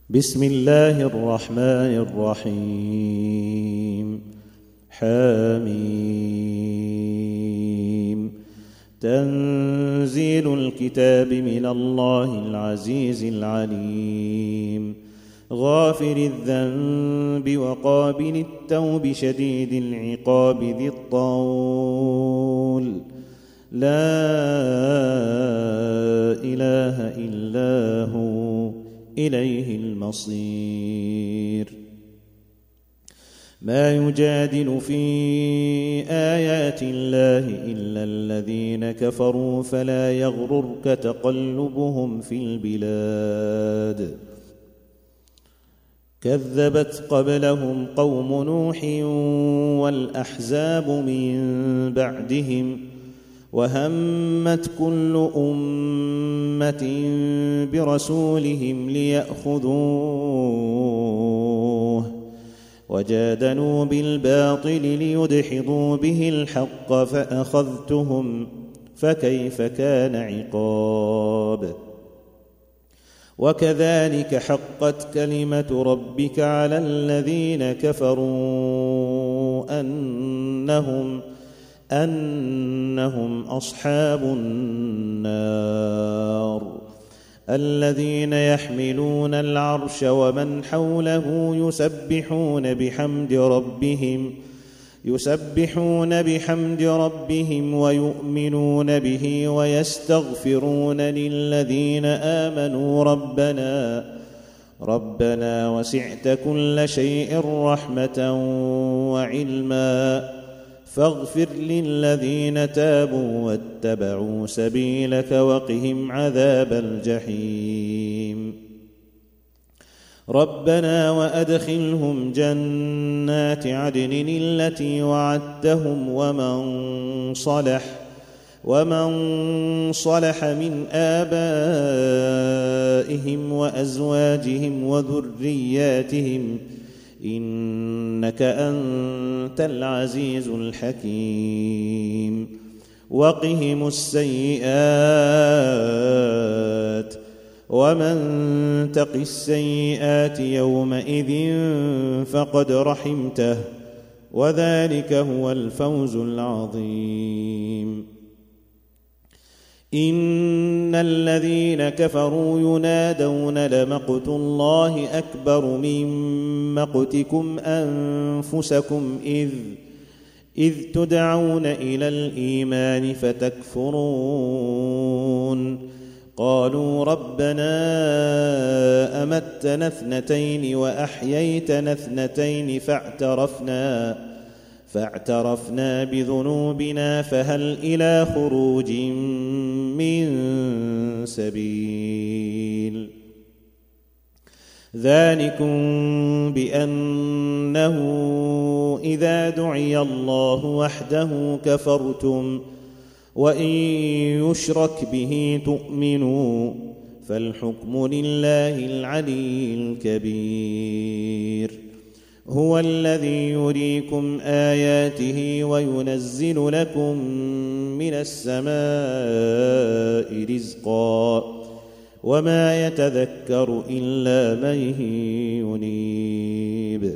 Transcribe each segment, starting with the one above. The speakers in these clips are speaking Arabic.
بسم الله الرحمن الرحيم. حميم. تنزيل الكتاب من الله العزيز العليم، غافر الذنب وقابل التوب شديد العقاب ذي الطول، لا إله إلا هو إليه المصير. ما يجادل في آيات الله إلا الذين كفروا فلا يغررك تقلبهم في البلاد. كذبت قبلهم قوم نوح والأحزاب من بعدهم، وهمت كل أمة برسولهم ليأخذوه، وجادلوا بالباطل ليدحضوا به الحق فأخذتهم، فكيف كان عقاب. وكذلك حقت كلمة ربك على الذين كفروا أنهم أصحاب النار. الذين يحملون العرش ومن حوله يسبحون بحمد ربهم ويؤمنون به ويستغفرون للذين آمنوا ربنا وسعت كل شيء رحمة وعلما فاغفر للذين تابوا واتبعوا سبيلك وقهم عذاب الجحيم. ربنا وأدخلهم جنات عدن التي وعدتهم ومن صلح من آبائهم وأزواجهم وذرياتهم إنك أنت العزيز الحكيم. وقهم السيئات ومن تق السيئات يومئذ فقد رحمته، وذلك هو الفوز العظيم. إن الذين كفروا ينادون لمقت الله أكبر من مقتكم أنفسكم إذ تدعون إلى الإيمان فتكفرون. قالوا ربنا أمتنا اثنتين وأحييتنا اثنتين فاعترفنا بذنوبنا فهل إلى خروج من سبيل. ذلكم بأنه إذا دعي الله وحده كفرتم وإن يشرك به تؤمنوا، فالحكم لله العلي الكبير. هو الذي يريكم آياته وينزل لكم من السماء رزقا، وما يتذكر إلا من ينيب.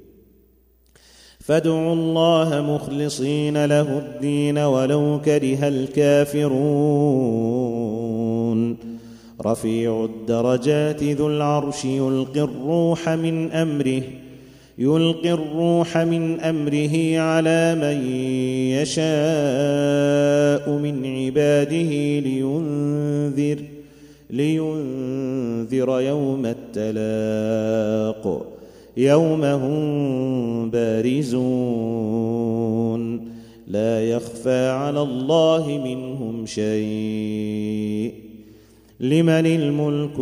فادعوا الله مخلصين له الدين ولو كره الكافرون. رفيع الدرجات ذو العرش يلقي الروح من أمره على من يشاء من عباده لينذر يوم التلاق، يوم هم بارزون لا يخفى على الله منهم شيء. لمن الملك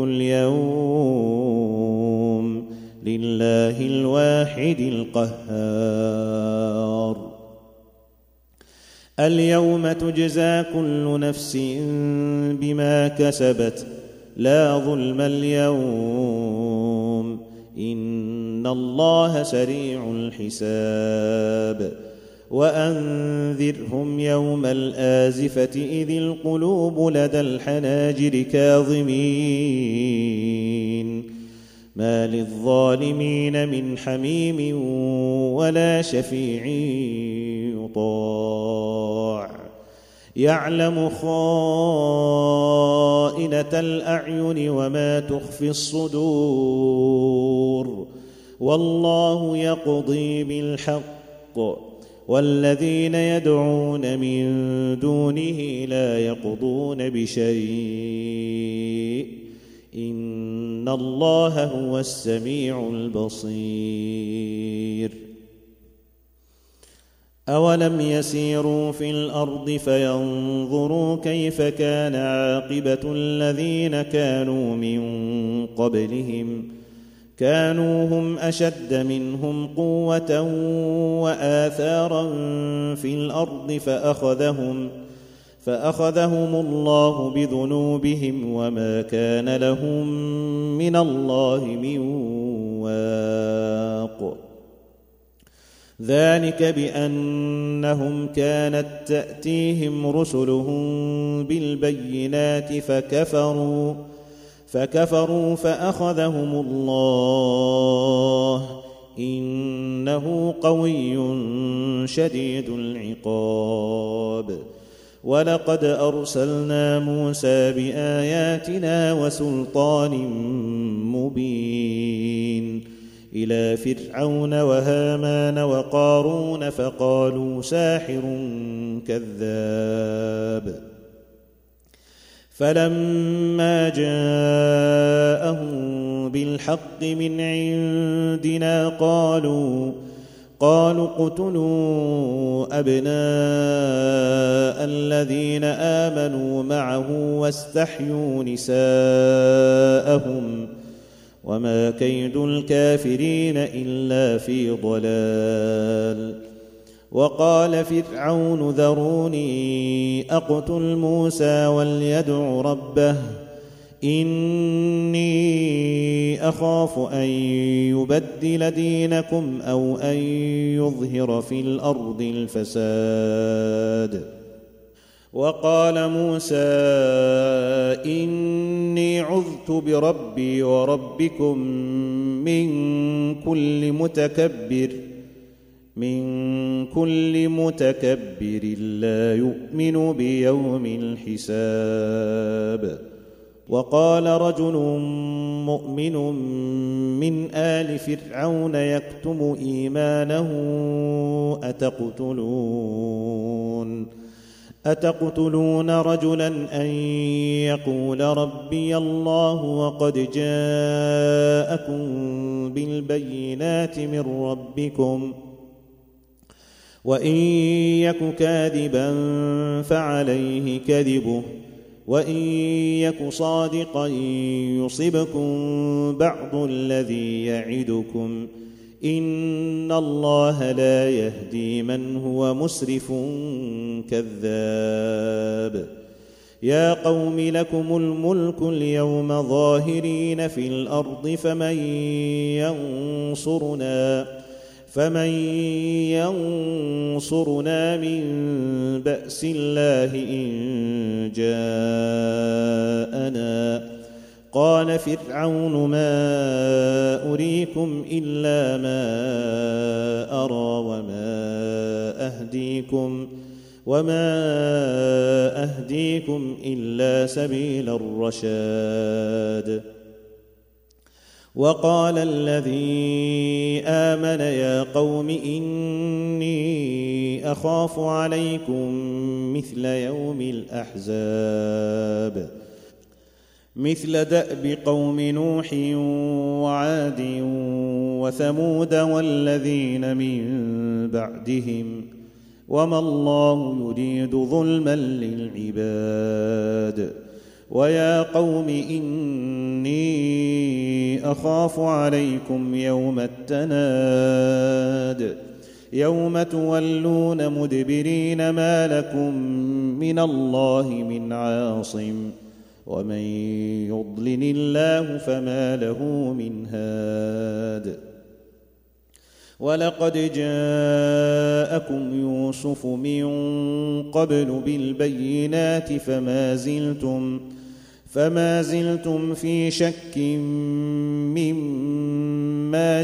اليوم؟ لله الواحد القهار. اليوم تجزى كل نفس بما كسبت لا ظلم اليوم، إن الله سريع الحساب. وأنذرهم يوم الآزفة إذ القلوب لدى الحناجر ما للظالمين من حميم ولا شفيع يطاع يعلم خائنة الأعين وما تخفي الصدور والله يقضي بالحق والذين يدعون من دونه لا يقضون بشيء إن الله هو السميع البصير أولم يسيروا في الأرض فينظروا كيف كان عاقبة الذين كانوا من قبلهم كانوا هم أشد منهم قوة وآثارا في الأرض فأخذهم الله بذنوبهم وما كان لهم من الله من واق ذلك بأنهم كانت تأتيهم رسلهم بالبينات فكفروا فأخذهم الله إنه قوي شديد العقاب ولقد أرسلنا موسى بآياتنا وسلطان مبين إلى فرعون وهامان وقارون فقالوا ساحر كذاب فلما جاءهم بالحق من عندنا قالوا اقتلوا أبناء الذين آمنوا معه واستحيوا نساءهم وما كيد الكافرين إلا في ضلال وقال فرعون ذروني أقتل موسى وليدع ربه إني أخاف أن يبدل دينكم أو أن يظهر في الأرض الفساد وقال موسى إني عذت بربي وربكم من كل متكبر لا يؤمن بيوم الحساب وقال رجل مؤمن من آل فرعون يكتم إيمانه أتقتلون رجلا أن يقول ربي الله وقد جاءكم بالبينات من ربكم وإن يك كاذبا فعليه كذبه وإن يك صادقا يصبكم بعض الذي يعدكم إن الله لا يهدي من هو مسرف كذاب يا قوم لكم الملك اليوم ظاهرين في الأرض فمن ينصرنا من بأس الله إن جاءنا قال فرعون ما أريكم إلا ما أرى وما أهديكم إلا سبيل الرشاد وقال الذي آمن يا قوم إني أخاف عليكم مثل يوم الأحزاب مثل دأب قوم نوح وعاد وثمود والذين من بعدهم وما الله يريد ظلما للعباد ويا قوم إني أخاف عليكم يوم التناد يوم تولون مدبرين ما لكم من الله من عاصم ومن يضلل الله فما له من هاد ولقد جاءكم يوسف فما زلتم في شك مما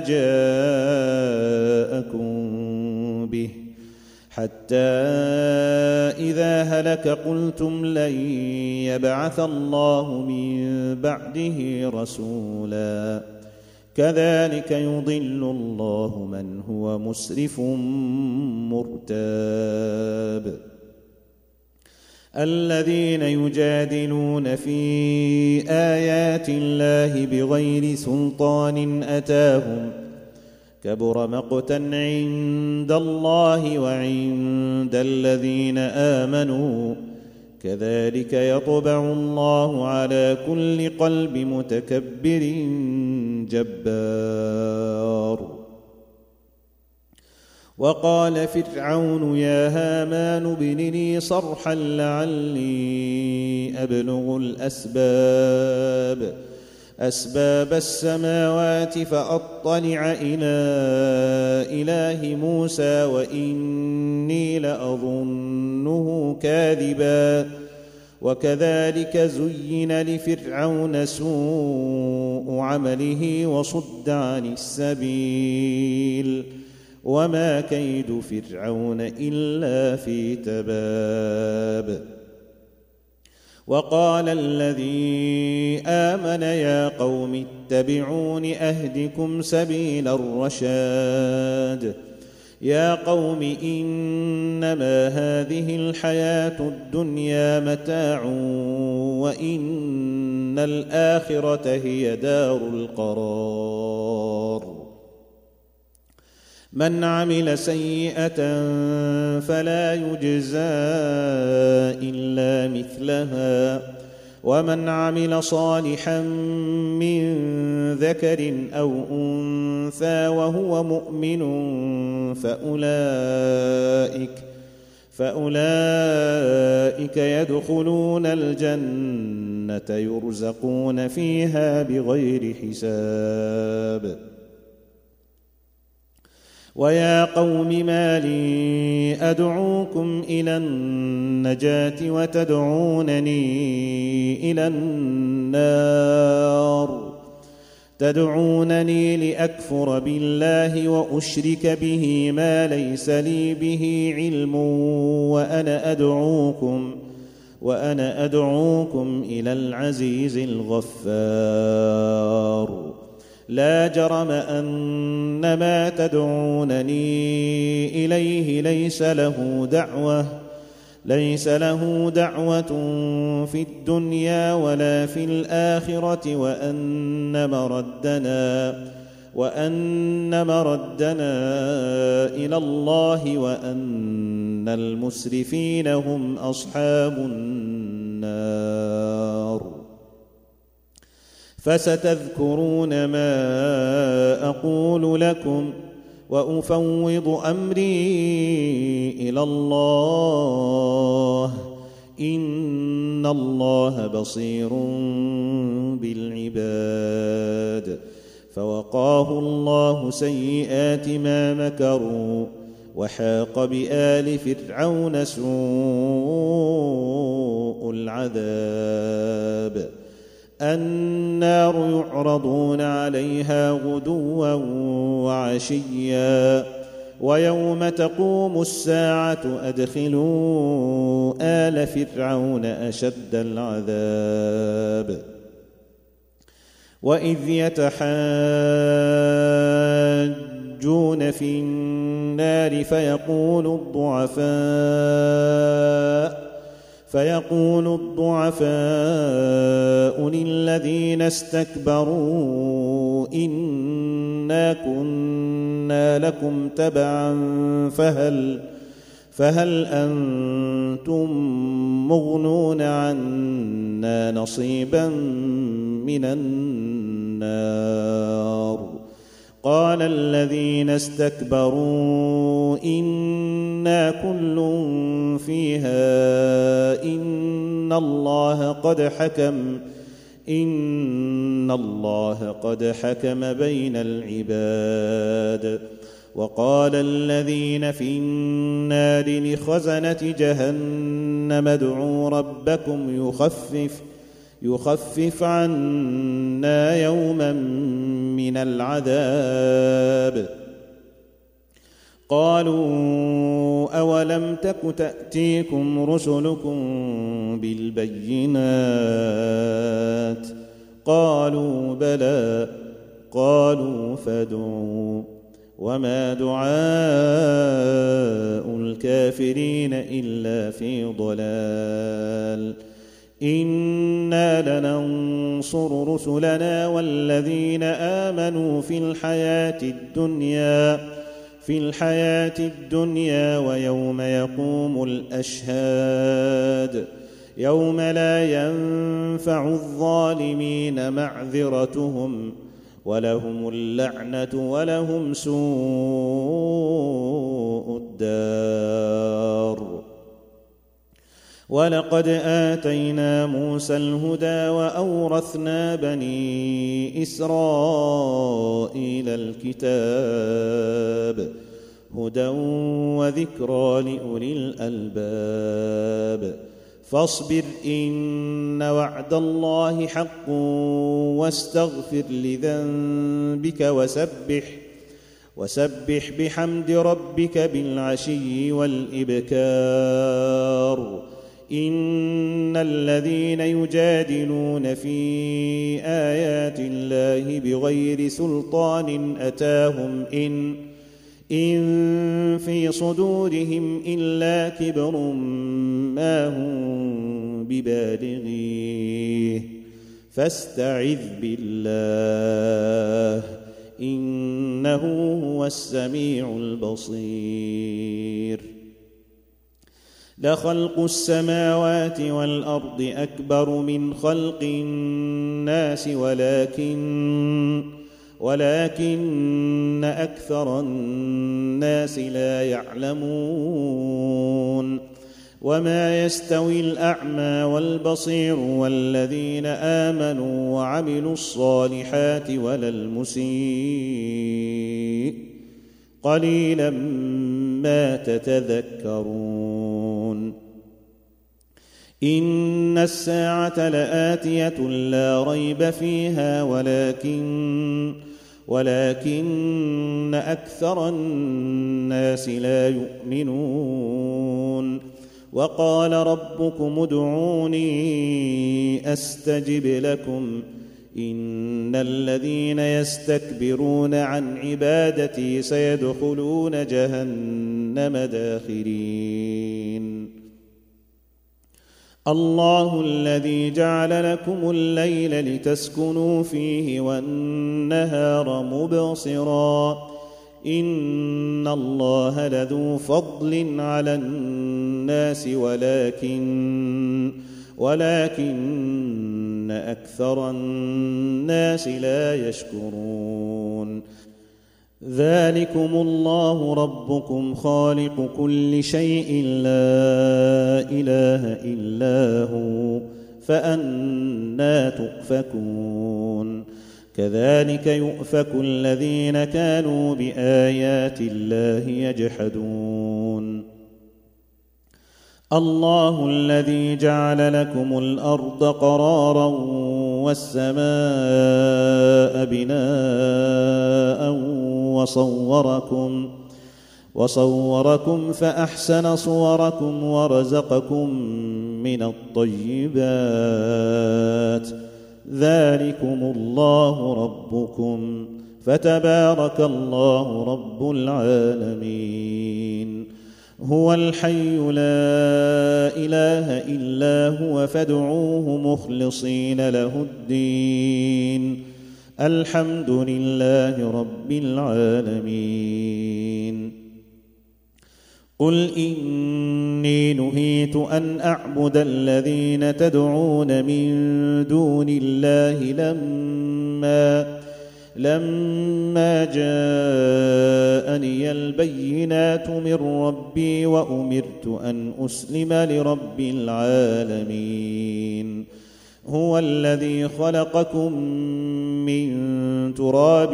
جاءكم به حتى إذا هلك قلتم لن يبعث الله من بعده رسولا كذلك يضل الله من هو مسرف مرتاب الذين يجادلون في آيات الله بغير سلطان أتاهم كبر مقتا عند الله وعند الذين آمنوا كذلك يطبع الله على كل قلب متكبر جبار وقال فرعون يا هامان ابن لي صرحا لعلي أبلغ أسباب السماوات فأطلع إلى إله موسى وإني لأظنه كاذبا وكذلك زين لفرعون سوء عمله وصد عن السبيل وما كيد فرعون إلا في تباب وقال الذي آمن يا قوم اتبعون أهدكم سبيل الرشاد يا قوم إنما هذه الحياة الدنيا متاع وإن الآخرة هي دار القرار من عمل سيئة فلا يجزى إلا مثلها ومن عمل صالحا من ذكر أو أنثى وهو مؤمن فأولئك يدخلون الجنة يرزقون فيها بغير حساب ويا قوم ما لي أدعوكم إلى النجاة وتدعونني إلى النار تدعونني لأكفر بالله وأشرك به ما ليس لي به علم وأنا أدعوكم إلى العزيز الغفار لا جرم أن ما تدعونني إليه ليس له دعوة في الدنيا ولا في الآخرة وأن مردنا إلى الله وأن المسرفين هم أصحاب النار فستذكرون ما أقول لكم وأفوض أمري إلى الله إن الله بصير بالعباد فوقاه الله سيئات ما مكروا وحاق بآل فرعون سوء العذاب النار يعرضون عليها غدوا وعشيا ويوم تقوم الساعة أدخلوا آل فرعون أشد العذاب وإذ يتحاجون في النار فيقول الضعفاء للذين استكبروا إنا كنا لكم تبعا فهل أنتم مغنون عنا نصيبا من النار قال الذين استكبروا إنا كل فيها إن الله قد حكم بين العباد وقال الذين في النار لخزنة جهنم ادعوا ربكم يخفف عنا يوما من العذاب. قالوا أولم تك تأتيكم رسلكم بالبينات؟ قالوا بلى. قالوا فادعوا. وما دعاء الكافرين إلا في ضلال. إنا لننصر رسلنا والذين آمنوا في الحياة الدنيا ويوم يقوم الأشهاد، يوم لا ينفع الظالمين معذرتهم ولهم اللعنة ولهم سوء الدار. ولقد آتينا موسى الهدى وأورثنا بني إسرائيل الكتاب هدى وذكرى لأولي الألباب. فاصبر إن وعد الله حق واستغفر لذنبك وسبح بحمد ربك بالعشي والإبكار. إن الذين يجادلون في آيات الله بغير سلطان أتاهم إن في صدورهم إلا كبر ما هم ببالغيه فاستعذ بالله إنه هو السميع البصير. لخلق السماوات والأرض أكبر من خلق الناس ولكن أكثر الناس لا يعلمون. وما يستوي الأعمى والبصير والذين آمنوا وعملوا الصالحات ولا المسيء قليلا ما تتذكرون. إن الساعة لآتية لا ريب فيها ولكن أكثر الناس لا يؤمنون. وقال ربكم ادعوني أستجب لكم إن الذين يستكبرون عن عبادتي سيدخلون جهنم داخرين. الله الذي جعل لكم الليل لتسكنوا فيه والنهار مبصرا إن الله لذو فضل على الناس ولكن أكثر الناس لا يشكرون. ذلكم الله ربكم خالق كل شيء لا إله إلا هو فأنى تؤفكون. كذلك يؤفك الذين كانوا بآيات الله يجحدون. الله الذي جعل لكم الأرض قرارا والسماء بناء وصوركم فأحسن صوركم ورزقكم من الطيبات. ذلكم الله ربكم فتبارك الله رب العالمين. هو الحي لا إله إلا هو فادعوه مخلصين له الدين الحمد لله رب العالمين. قل إني نهيت أن أعبد الذين تدعون من دون الله لما جاءني البينات من ربي وأمرت أن أسلم لرب العالمين. هو الذي خلقكم من تراب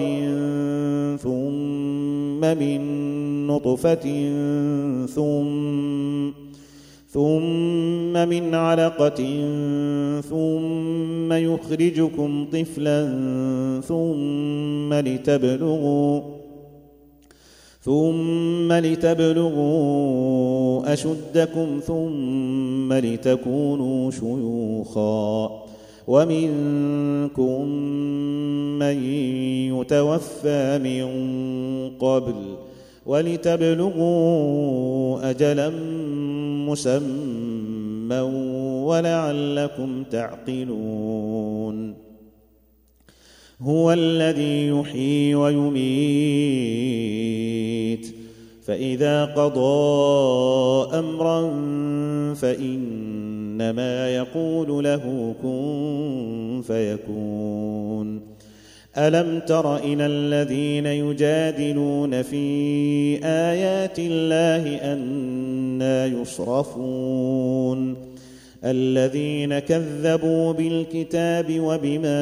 ثم من نطفة ثم من علقة ثم يخرجكم طفلا ثم لتبلغوا أشدكم ثم لتكونوا شيوخا ومنكم من يتوفى من قبل ولتبلغوا أجلا مسمى ولعلكم تعقلون هو الذي يحيي ويميت فإذا قضى أمرا فإنما يقول له كن فيكون ألم تر إلى الذين يجادلون في آيات الله أنى يصرفون الذين كذبوا بالكتاب وبما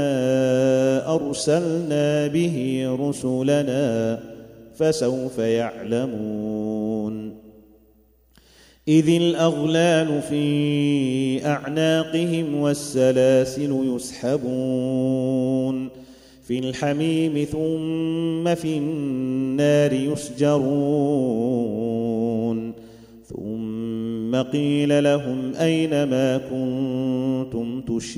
أرسلنا به رسلنا فسوف يعلمون إذ الأغلال في أعناقهم والسلاسل يسحبون في الحميم ثم في النار يسجرون ثم قيل لهم أين ما كنتم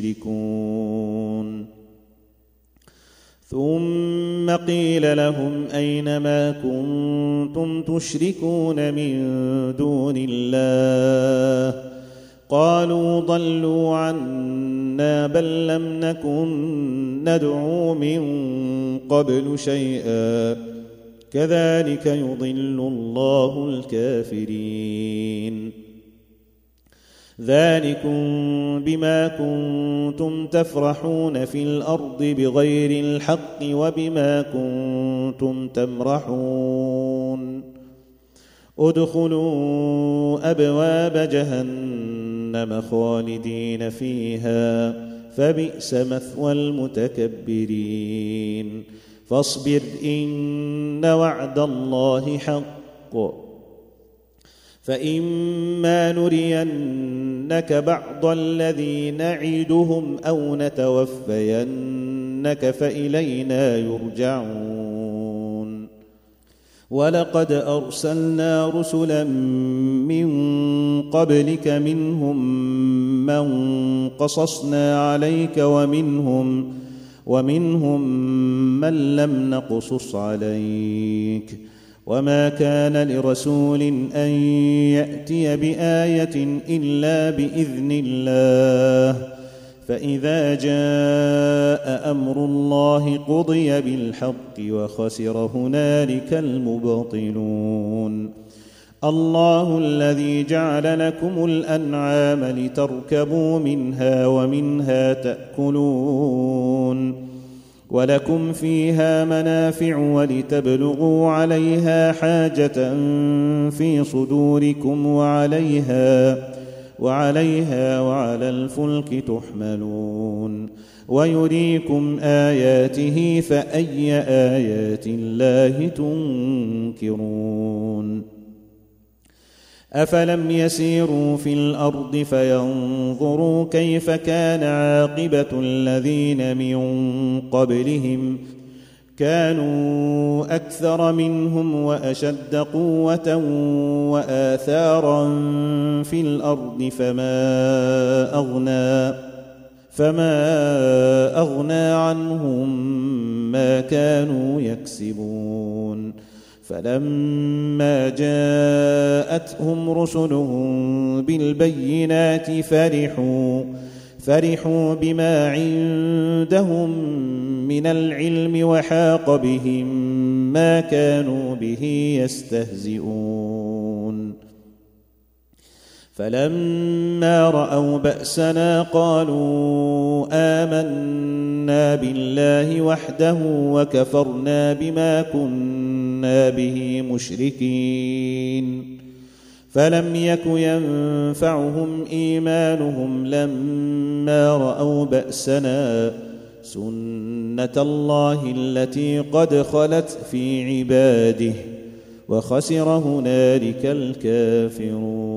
تشركون من دون الله قالوا ضلوا عنا بل لم نكن ندعو من قبل شيئا كذلك يضل الله الكافرين ذلكم بما كنتم تفرحون في الأرض بغير الحق وبما كنتم تمرحون ادخلوا أبواب جهنم خالدين فيها فبئس مثوى المتكبرين فاصبر إن وعد الله حق فإما نرينك بعض الذي نعدهم أو نتوفينك فإلينا يرجعون ولقد أرسلنا رسلا من قبلك منهم من قصصنا عليك ومنهم من لم نقصص عليك وما كان لرسول أن يأتي بآية إلا بإذن الله فإذا جاء أمر الله قضي بالحق وخسر هنالك المبطلون الله الذي جعل لكم الأنعام لتركبوا منها ومنها تأكلون ولكم فيها منافع ولتبلغوا عليها حاجة في صدوركم وعليها وعلى الفلك تحملون ويريكم آياته فأي آيات الله تنكرون أفلم يسيروا في الأرض فينظروا كيف كان عاقبة الذين من قبلهم كانوا أكثر منهم وأشد قوة وآثارا في الأرض فما أغنى عنهم ما كانوا يكسبون فلما جاءتهم رسلهم بالبينات فرحوا بما عندهم من العلم وحاق بهم ما كانوا به يستهزئون فلما رأوا بأسنا قالوا آمنا بالله وحده وكفرنا بما كنا به مشركين فلم يك ينفعهم إيمانهم لما رأوا بأسنا سنة الله التي قد خلت في عباده وخسر هنالك الكافرون